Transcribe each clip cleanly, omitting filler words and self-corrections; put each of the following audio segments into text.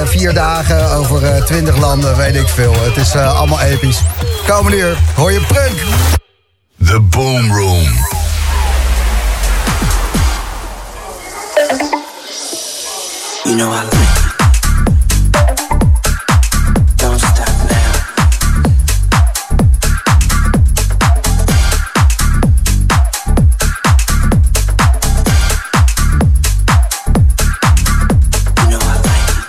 4 dagen, over 20 landen, weet ik veel. Het is allemaal episch. Komende uur hoor je Prunk. The Boom Room. You know I like it. Don't stop now. You know I like it.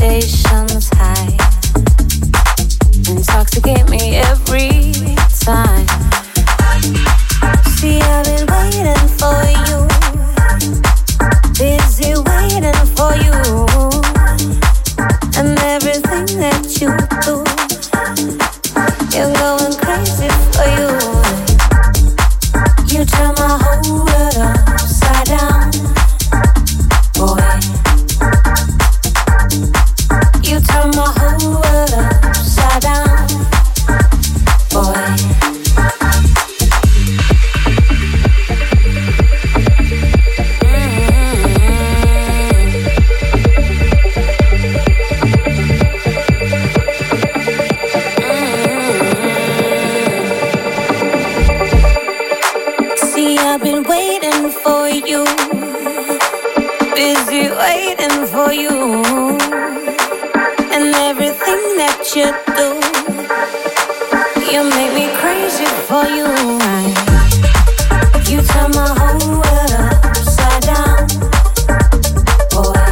temptations high, intoxicate me every time. See, I've been waiting for you, busy waiting for you, and everything that you do, you're going crazy for you. You turn my whole world upside down, boy. You turn my whole world upside down, boy. I've been waiting for you, busy waiting for you, and everything that you do, you make me crazy for you. You turn my whole world upside down, boy.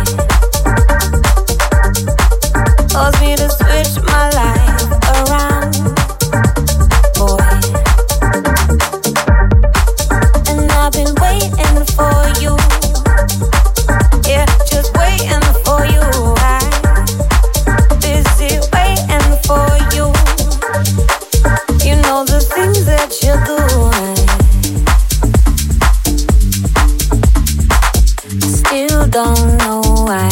Cause me to switch my life around, boy. I've been waiting for you, yeah, just waiting for you. I'm busy waiting for you. You know the things that you do. I still don't know why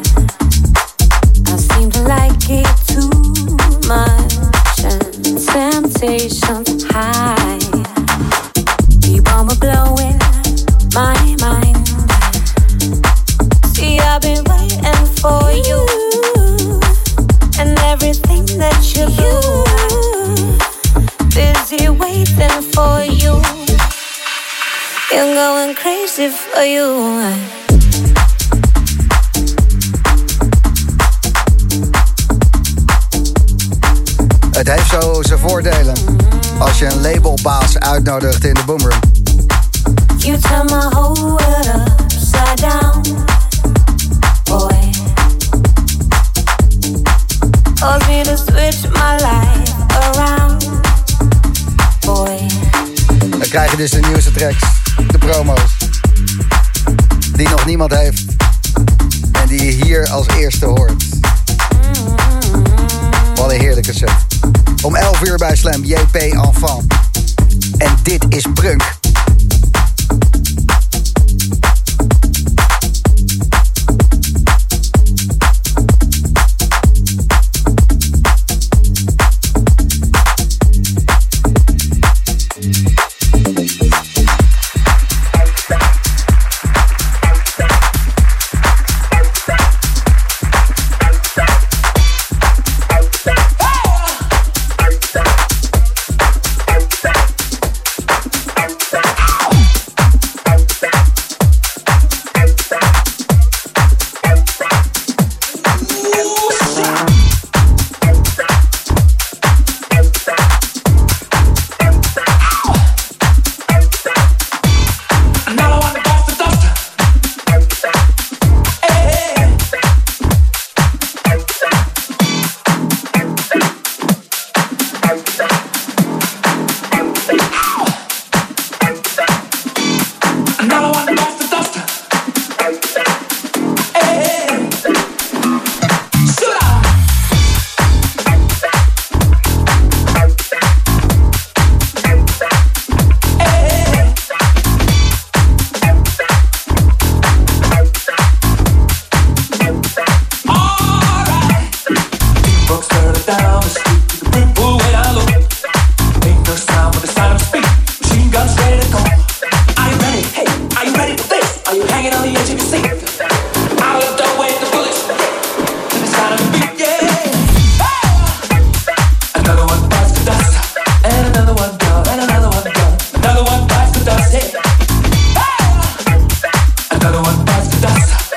I seem to like it too much, and temptation's high. We're blowing my mind. See, I've been waiting for you, and everything that you do, busy waiting for you. You're going crazy for you. Het heeft zo zijn voordelen als je een labelbaas uitnodigt in de Boomroom. You turn my whole world upside down, boy. Cause me to switch my life around, boy. Dan krijg je dus de nieuwste tracks, de promo's, die nog niemand heeft en die je hier als eerste hoort. Wat een heerlijke set. Om 11 uur bij Slam, JP Enfant. En dit is Prunk.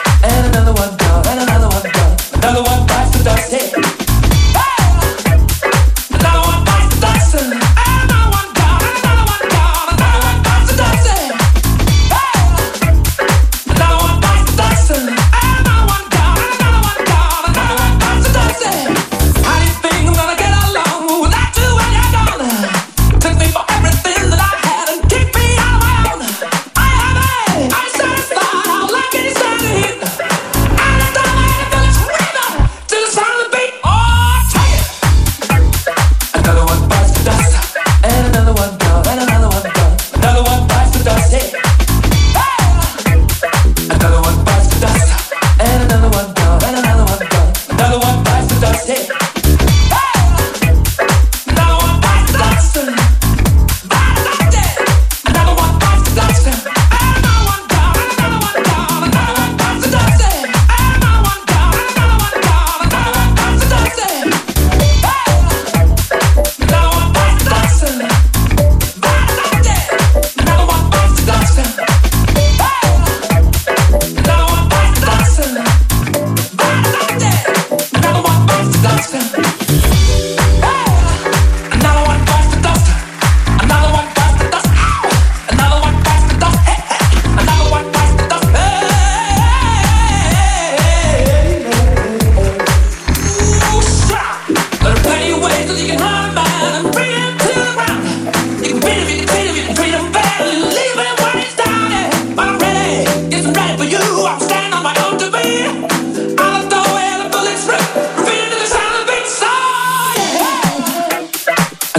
Another one bites the dust. Hey.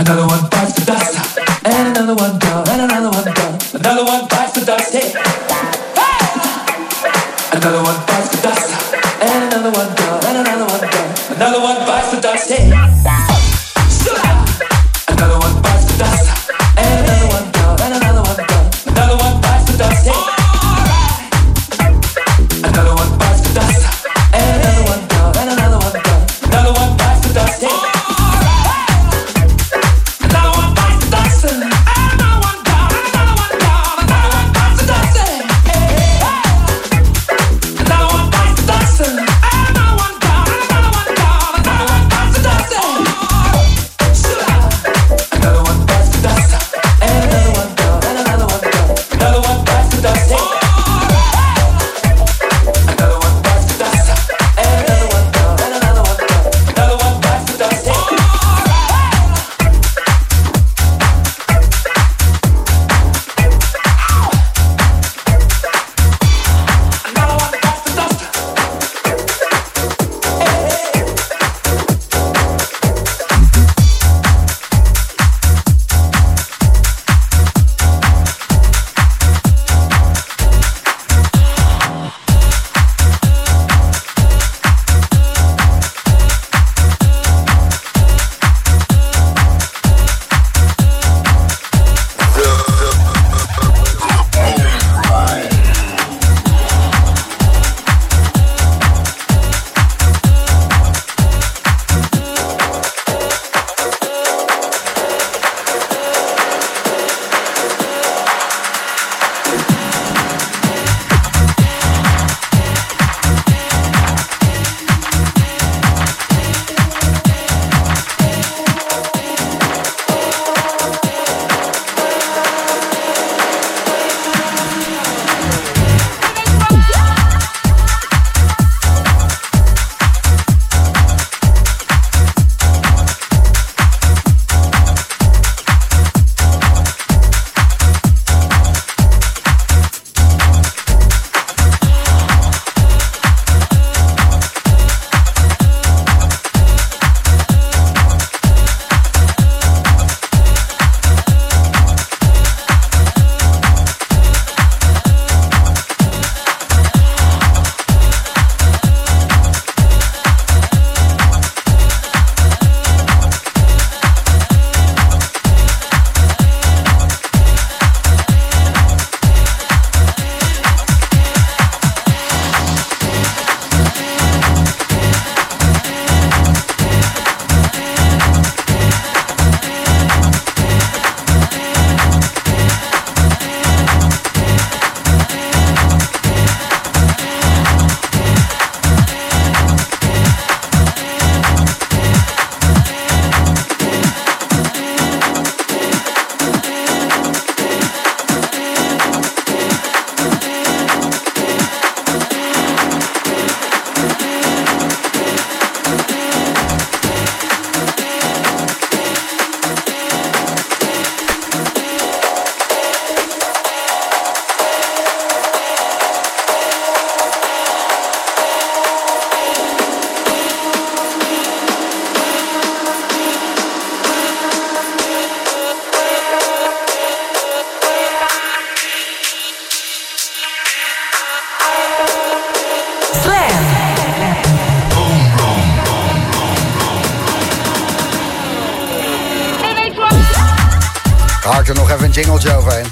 Hak er nog even een jingletje overheen.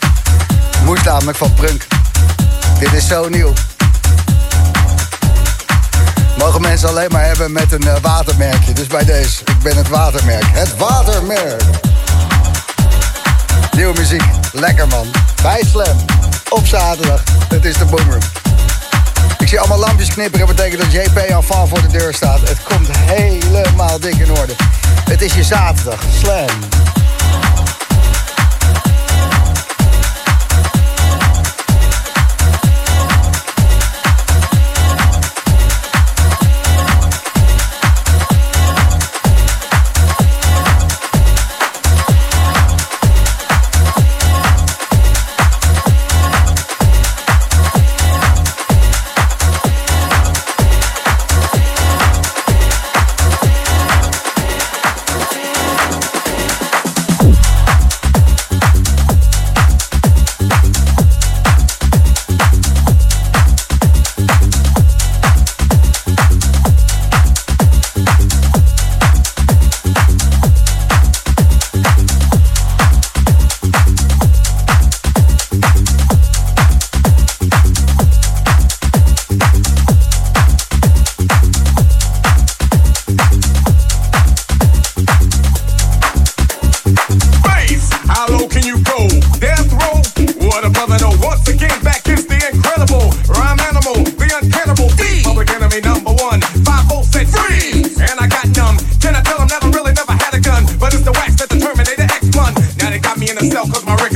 Moest namelijk van Prunk. Dit is zo nieuw. Mogen mensen alleen maar hebben met een watermerkje. Dus bij deze, ik ben het watermerk. Het watermerk. Nieuwe muziek, lekker man. Bij Slam, op zaterdag. Het is de Boomroom. Ik zie allemaal lampjes knipperen. Dat betekent dat JP Enfant voor de deur staat. Het komt helemaal dik in orde. Het is je zaterdag, Slam.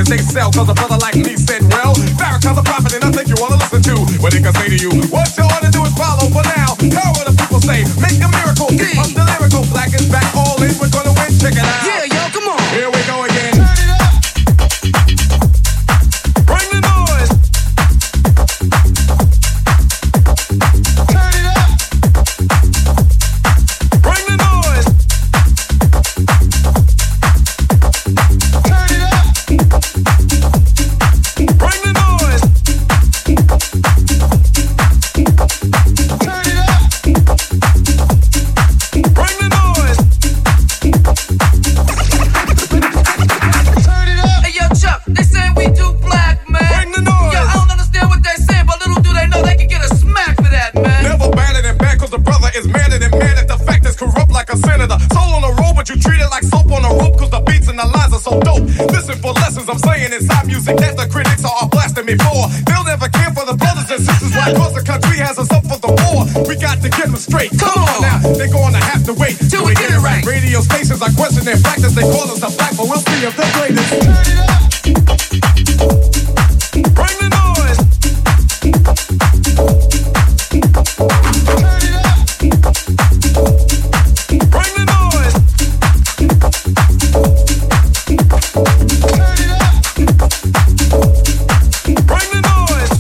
records they sell, cause a brother like me said, well, Farrakhan's a prophet and I think you wanna listen to what they can say to you. What you ought to do is follow for now. How what the people say, make a miracle, keep up the lyrical. Black is back, all in, we're gonna win, check it out. Yeah, yo, come on. Here we go again. They'll never care for the brothers and sisters. Why? Cause the country has us up for the war. We got to get them straight. Come on now, they're gonna have to wait till we get it right. Radio stations are questioning practice. They call us the black, but we'll see if they're greatest. Turn it up. Bring the noise. Turn it up. Bring the noise. Turn it up. Bring the noise.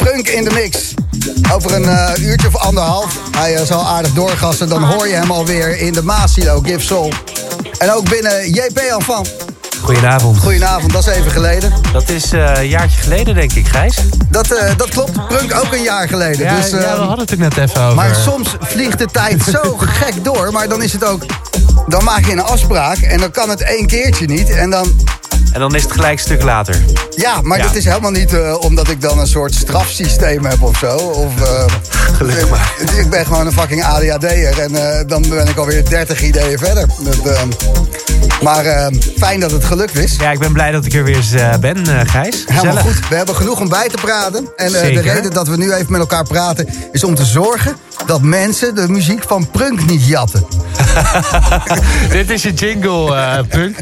Prunk in de mix. Over een uurtje of anderhalf. Hij zal aardig doorgassen. Dan hoor je hem alweer in de Maasilo, Give Soul. En ook binnen JP Enfant. Goedenavond. Goedenavond, dat is even geleden. Dat is een jaartje geleden, denk ik, Gijs. Dat klopt. Prunk ook een jaar geleden. Ja, dus, we hadden het er net even over. Maar soms vliegt de tijd zo gek door. Maar dan is het ook... Dan maak je een afspraak en dan kan het 1 keertje niet. En dan is het gelijk een stuk later. Ja, maar dit is helemaal niet omdat ik dan een soort strafsysteem heb of zo. Gelukkig maar. Ik ben gewoon een fucking ADHD'er en dan ben ik alweer 30 ideeën verder. Maar fijn dat het gelukt is. Ja, ik ben blij dat ik er weer eens ben, Gijs. Helemaal goed. We hebben genoeg om bij te praten. En de reden dat we nu even met elkaar praten is om te zorgen dat mensen de muziek van Prunk niet jatten. Dit is je jingle, Prunk.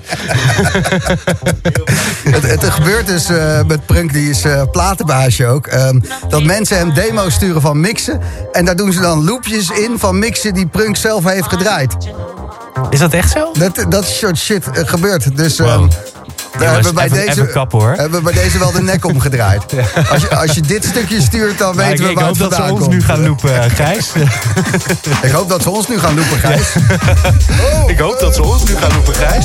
Het gebeurt dus met Prunk, die is platenbaasje ook. Dat mensen hem demo's sturen van mixen. En daar doen ze dan loopjes in van mixen die Prunk zelf heeft gedraaid. Is dat echt zo? Dat soort shit gebeurt. Dus wow. we hebben bij deze wel de nek omgedraaid. Ja. Als je dit stukje stuurt, dan weten we waar het vandaan komt. Ik hoop dat ze ons nu gaan loopen, Gijs. Ik hoop dat ze ons nu gaan loopen, Gijs. Ik hoop dat ze ons nu gaan loopen, Gijs.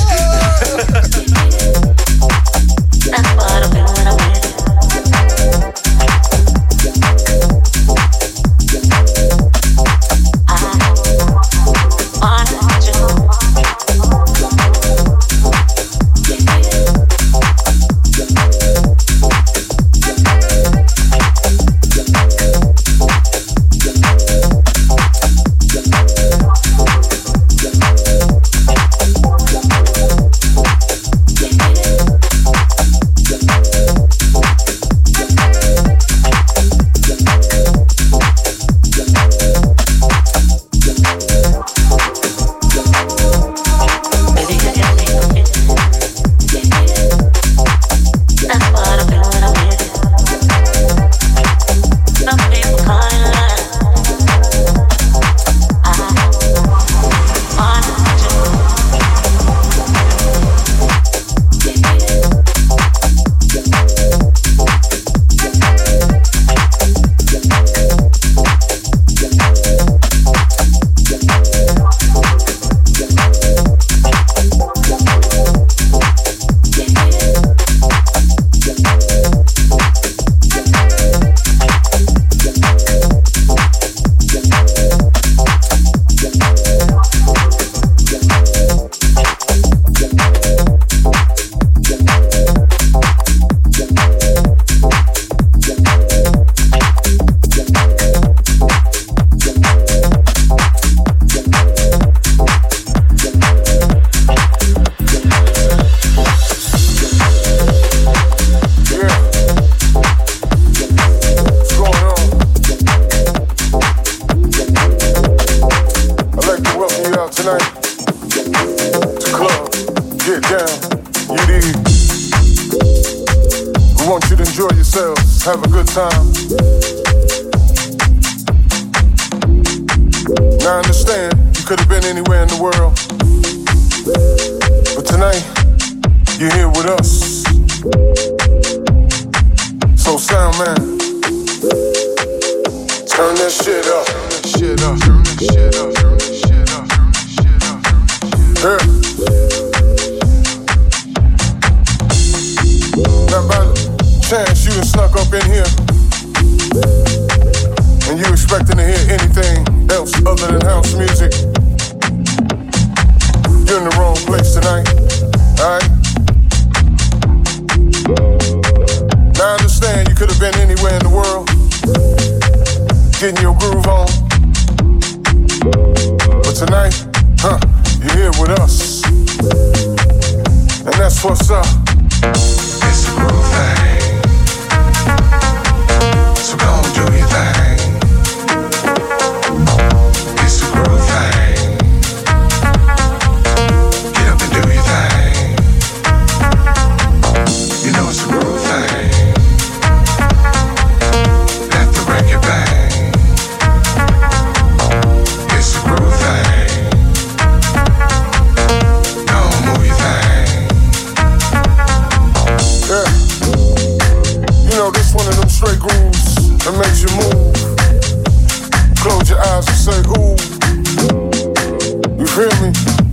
makes you move. Close your eyes and say, ooh. You feel me?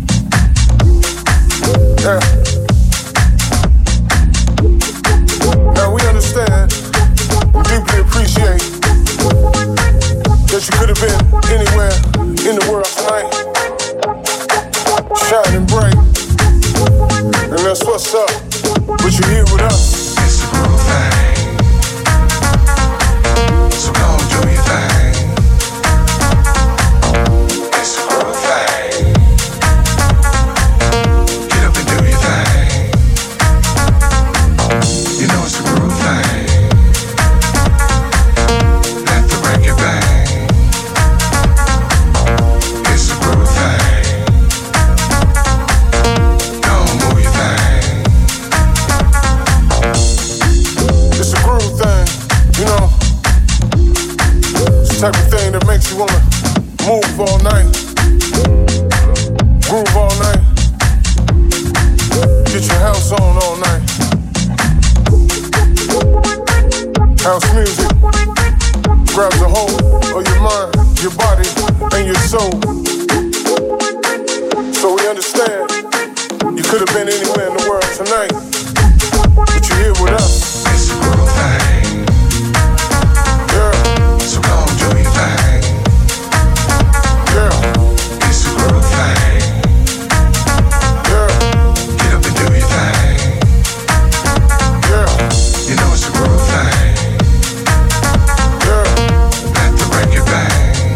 Yeah. Now we understand, we deeply appreciate that you could have been anywhere in the world tonight, shining bright, and that's what's up. But you're here with us. It's a groove thing, so go and do your thing. It's a groove thing, get up and do your thing. You know it's a groove thing, let the record bang. It's a groove thing, don't move your thing. It's a groove thing, you know. It's the type of thing that makes you wanna move all night, groove all night, get your house on all night. House music grabs a hold of your mind, your body, and your soul. So we understand you could have been anywhere in the world tonight, but you're here with us. It's a groove thing, Yeah, so go and do your thing. yeah, It's a groove thing, yeah, get up and do your thing. yeah, You know it's a groove thing, yeah, let the record bang.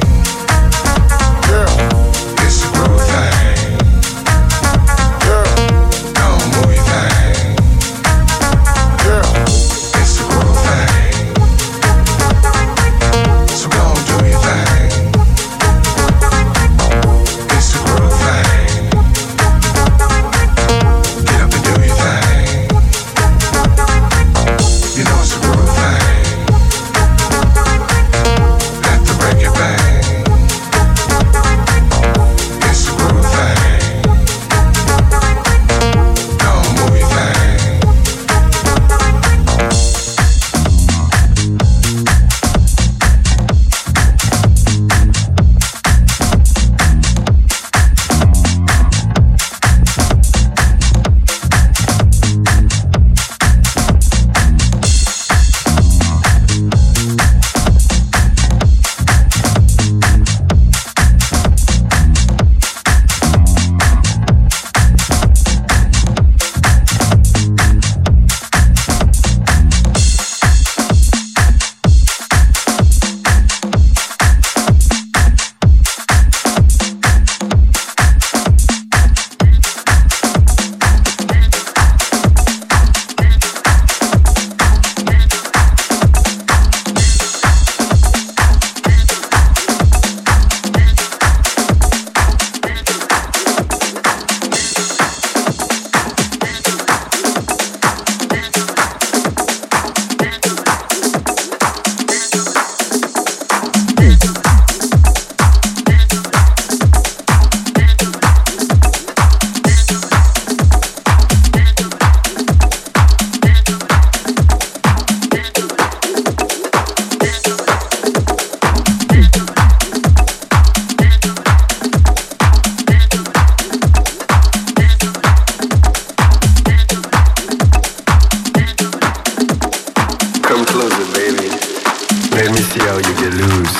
yeah, It's a groove thing, yeah, don't move your thing. yeah. It's a groove thing, so go and do your thing. It's a groove thing, get up and do your thing. You know it's a groove thing, let the record bang. It's a groove thing, don't move your thing. Come closer, baby. Let me see how you get loose.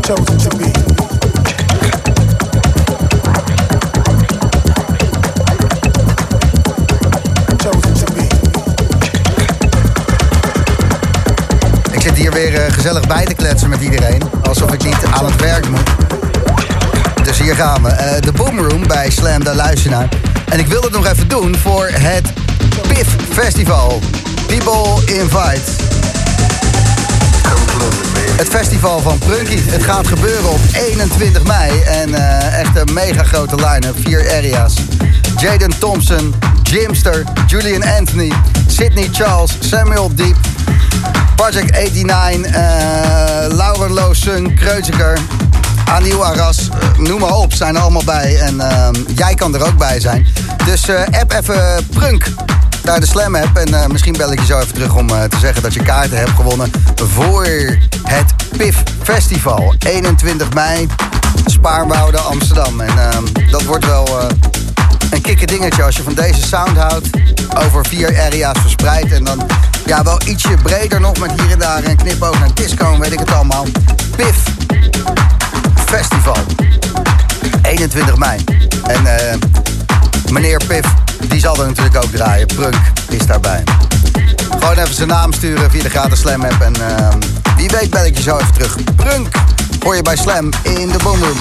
chosen to be. Ik zit hier weer gezellig bij te kletsen met iedereen. Alsof ik niet aan het werk moet. Dus hier gaan we. De Boomroom bij Slam, daar luister je naar. En ik wil het nog even doen voor het PIF Festival. People Invite. Het festival van Prunky. Het gaat gebeuren op 21 mei. En echt een mega grote line-up. 4 areas. Jaden Thompson, Jimster, Julian Anthony, Sydney Charles, Samuel Deep, Project 89, Lauren Loosun, Kreuziger, Anil Aras, noem maar op, zijn er allemaal bij. En jij kan er ook bij zijn. Dus app even Prunk naar de Slam app. En misschien bel ik je zo even terug om te zeggen dat je kaarten hebt gewonnen voor het PIF Festival. 21 mei, Spaarnwoude, Amsterdam. En dat wordt wel een kikke dingetje als je van deze sound houdt. Over 4 area's verspreid. En dan ja, wel ietsje breder nog met hier en daar een knipoog naar disco en weet ik het allemaal. PIF Festival. 21 mei. En meneer Piff, die zal er natuurlijk ook draaien. Prunk is daarbij. Gewoon even zijn naam sturen via de gratis Slam app. En wie weet bel ik je zo even terug. Prunk hoor je bij Slam in de Boomroom.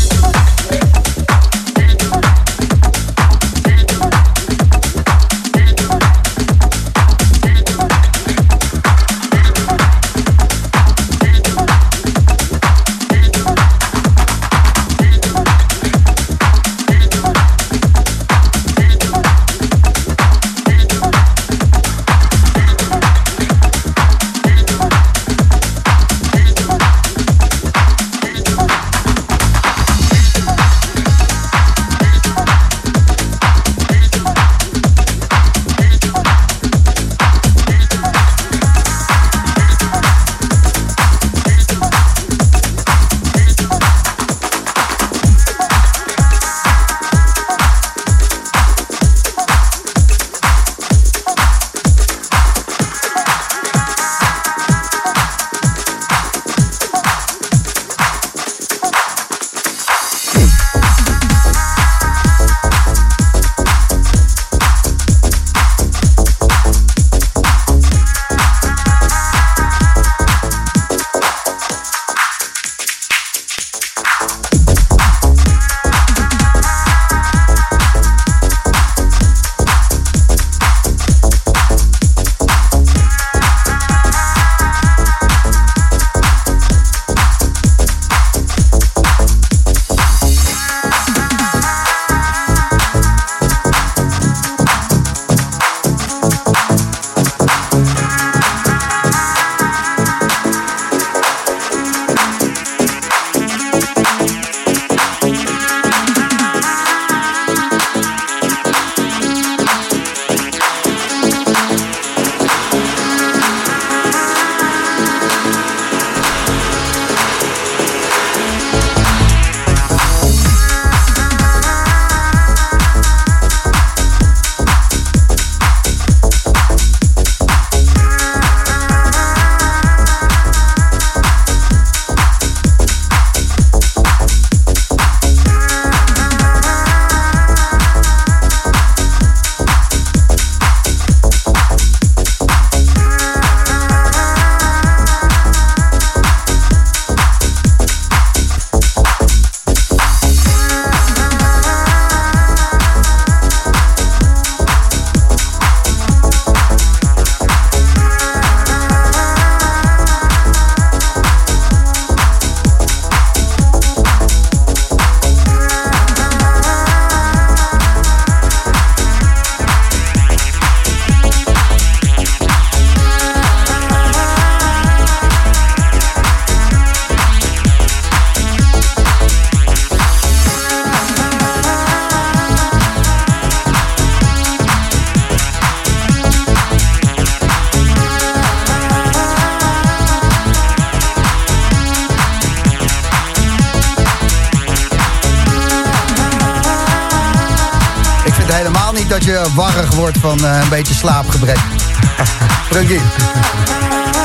Dat je warrig wordt van een beetje slaapgebrek. Prunky.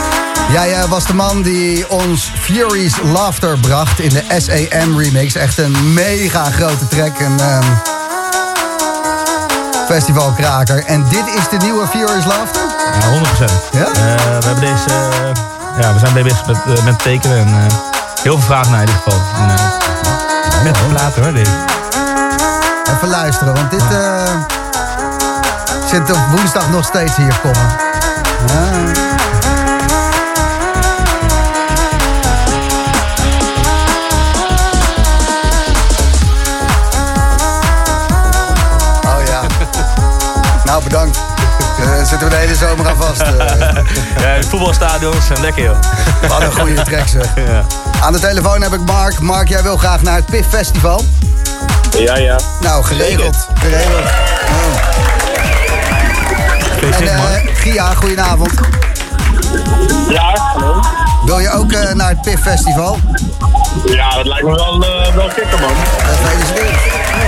Jij was de man die ons Fury's Laughter bracht in de SAM remix. Echt een mega grote track. Een festivalkraker. En dit is de nieuwe Fury's Laughter? Ja, 100%. Ja? We hebben deze... we zijn bezig met tekenen en heel veel vragen naar in ieder geval. En, met de platen hoor, dit. Even luisteren, want dit zit op woensdag nog steeds hier komen. Ja. Nou, bedankt. Zitten we de hele zomer aan vast. Ja, de voetbalstadions zijn lekker, joh. Wat een goede track, zeg. Ja. Aan de telefoon heb ik Mark. Mark, jij wil graag naar het PIF Festival? Ja. Nou, geregeld. En Gia, goedenavond. Ja, hallo. Wil je ook naar het PIF Festival? Ja, dat lijkt me wel kikker, man. Gefeliciteerd.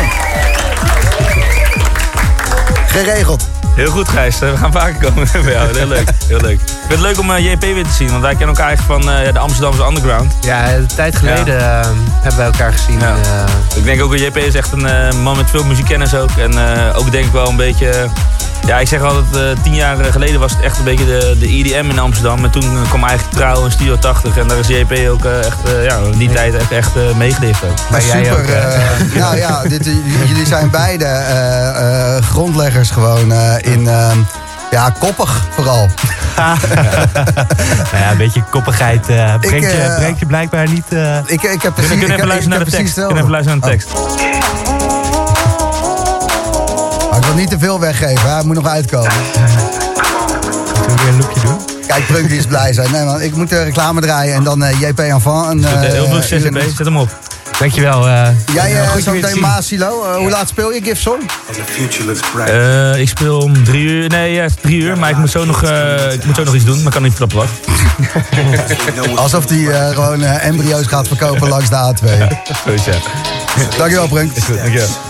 Geregeld. Heel goed, Gijs. We gaan vaker komen bij jou. Heel leuk. Heel leuk. Ik vind het leuk om JP weer te zien, want wij kennen elkaar eigenlijk van de Amsterdamse Underground. Ja, een tijd geleden hebben wij elkaar gezien. Ja. Ik denk ook dat JP is echt een man met veel muziekkennis ook. En ook denk ik wel een beetje... Ja, ik zeg altijd, 10 jaar geleden was het echt een beetje de EDM in Amsterdam. En toen kwam eigenlijk Trouw en Studio 80. En daar is JP ook echt in die tijd echt meegeleefd. Maar super. Ook, nou ja, jullie zijn beide grondleggers gewoon in... koppig vooral. Nou ja, een beetje koppigheid brengt je blijkbaar niet... Ik heb precies... We kunnen even luisteren naar de tekst. Even luisteren naar de tekst. Ik wil niet te veel weggeven, hij moet nog uitkomen. Moeten we weer een loopje doen? Kijk, Prunk die is blij zijn. Nee, man, ik moet de reclame draaien en dan JP Enfant. Heel veel succes, JP. Zet hem op. Dankjewel. Jij zo meteen Maasilo. Hoe laat speel je Give Song? Ik speel om 3 uur. Nee, 3 uur. Maar ik moet zo nog iets doen. Maar ik kan niet verklappen wat. Alsof die gewoon embryo's gaat verkopen langs de A2. Zo is het. Dankjewel, Prunk. Dankjewel.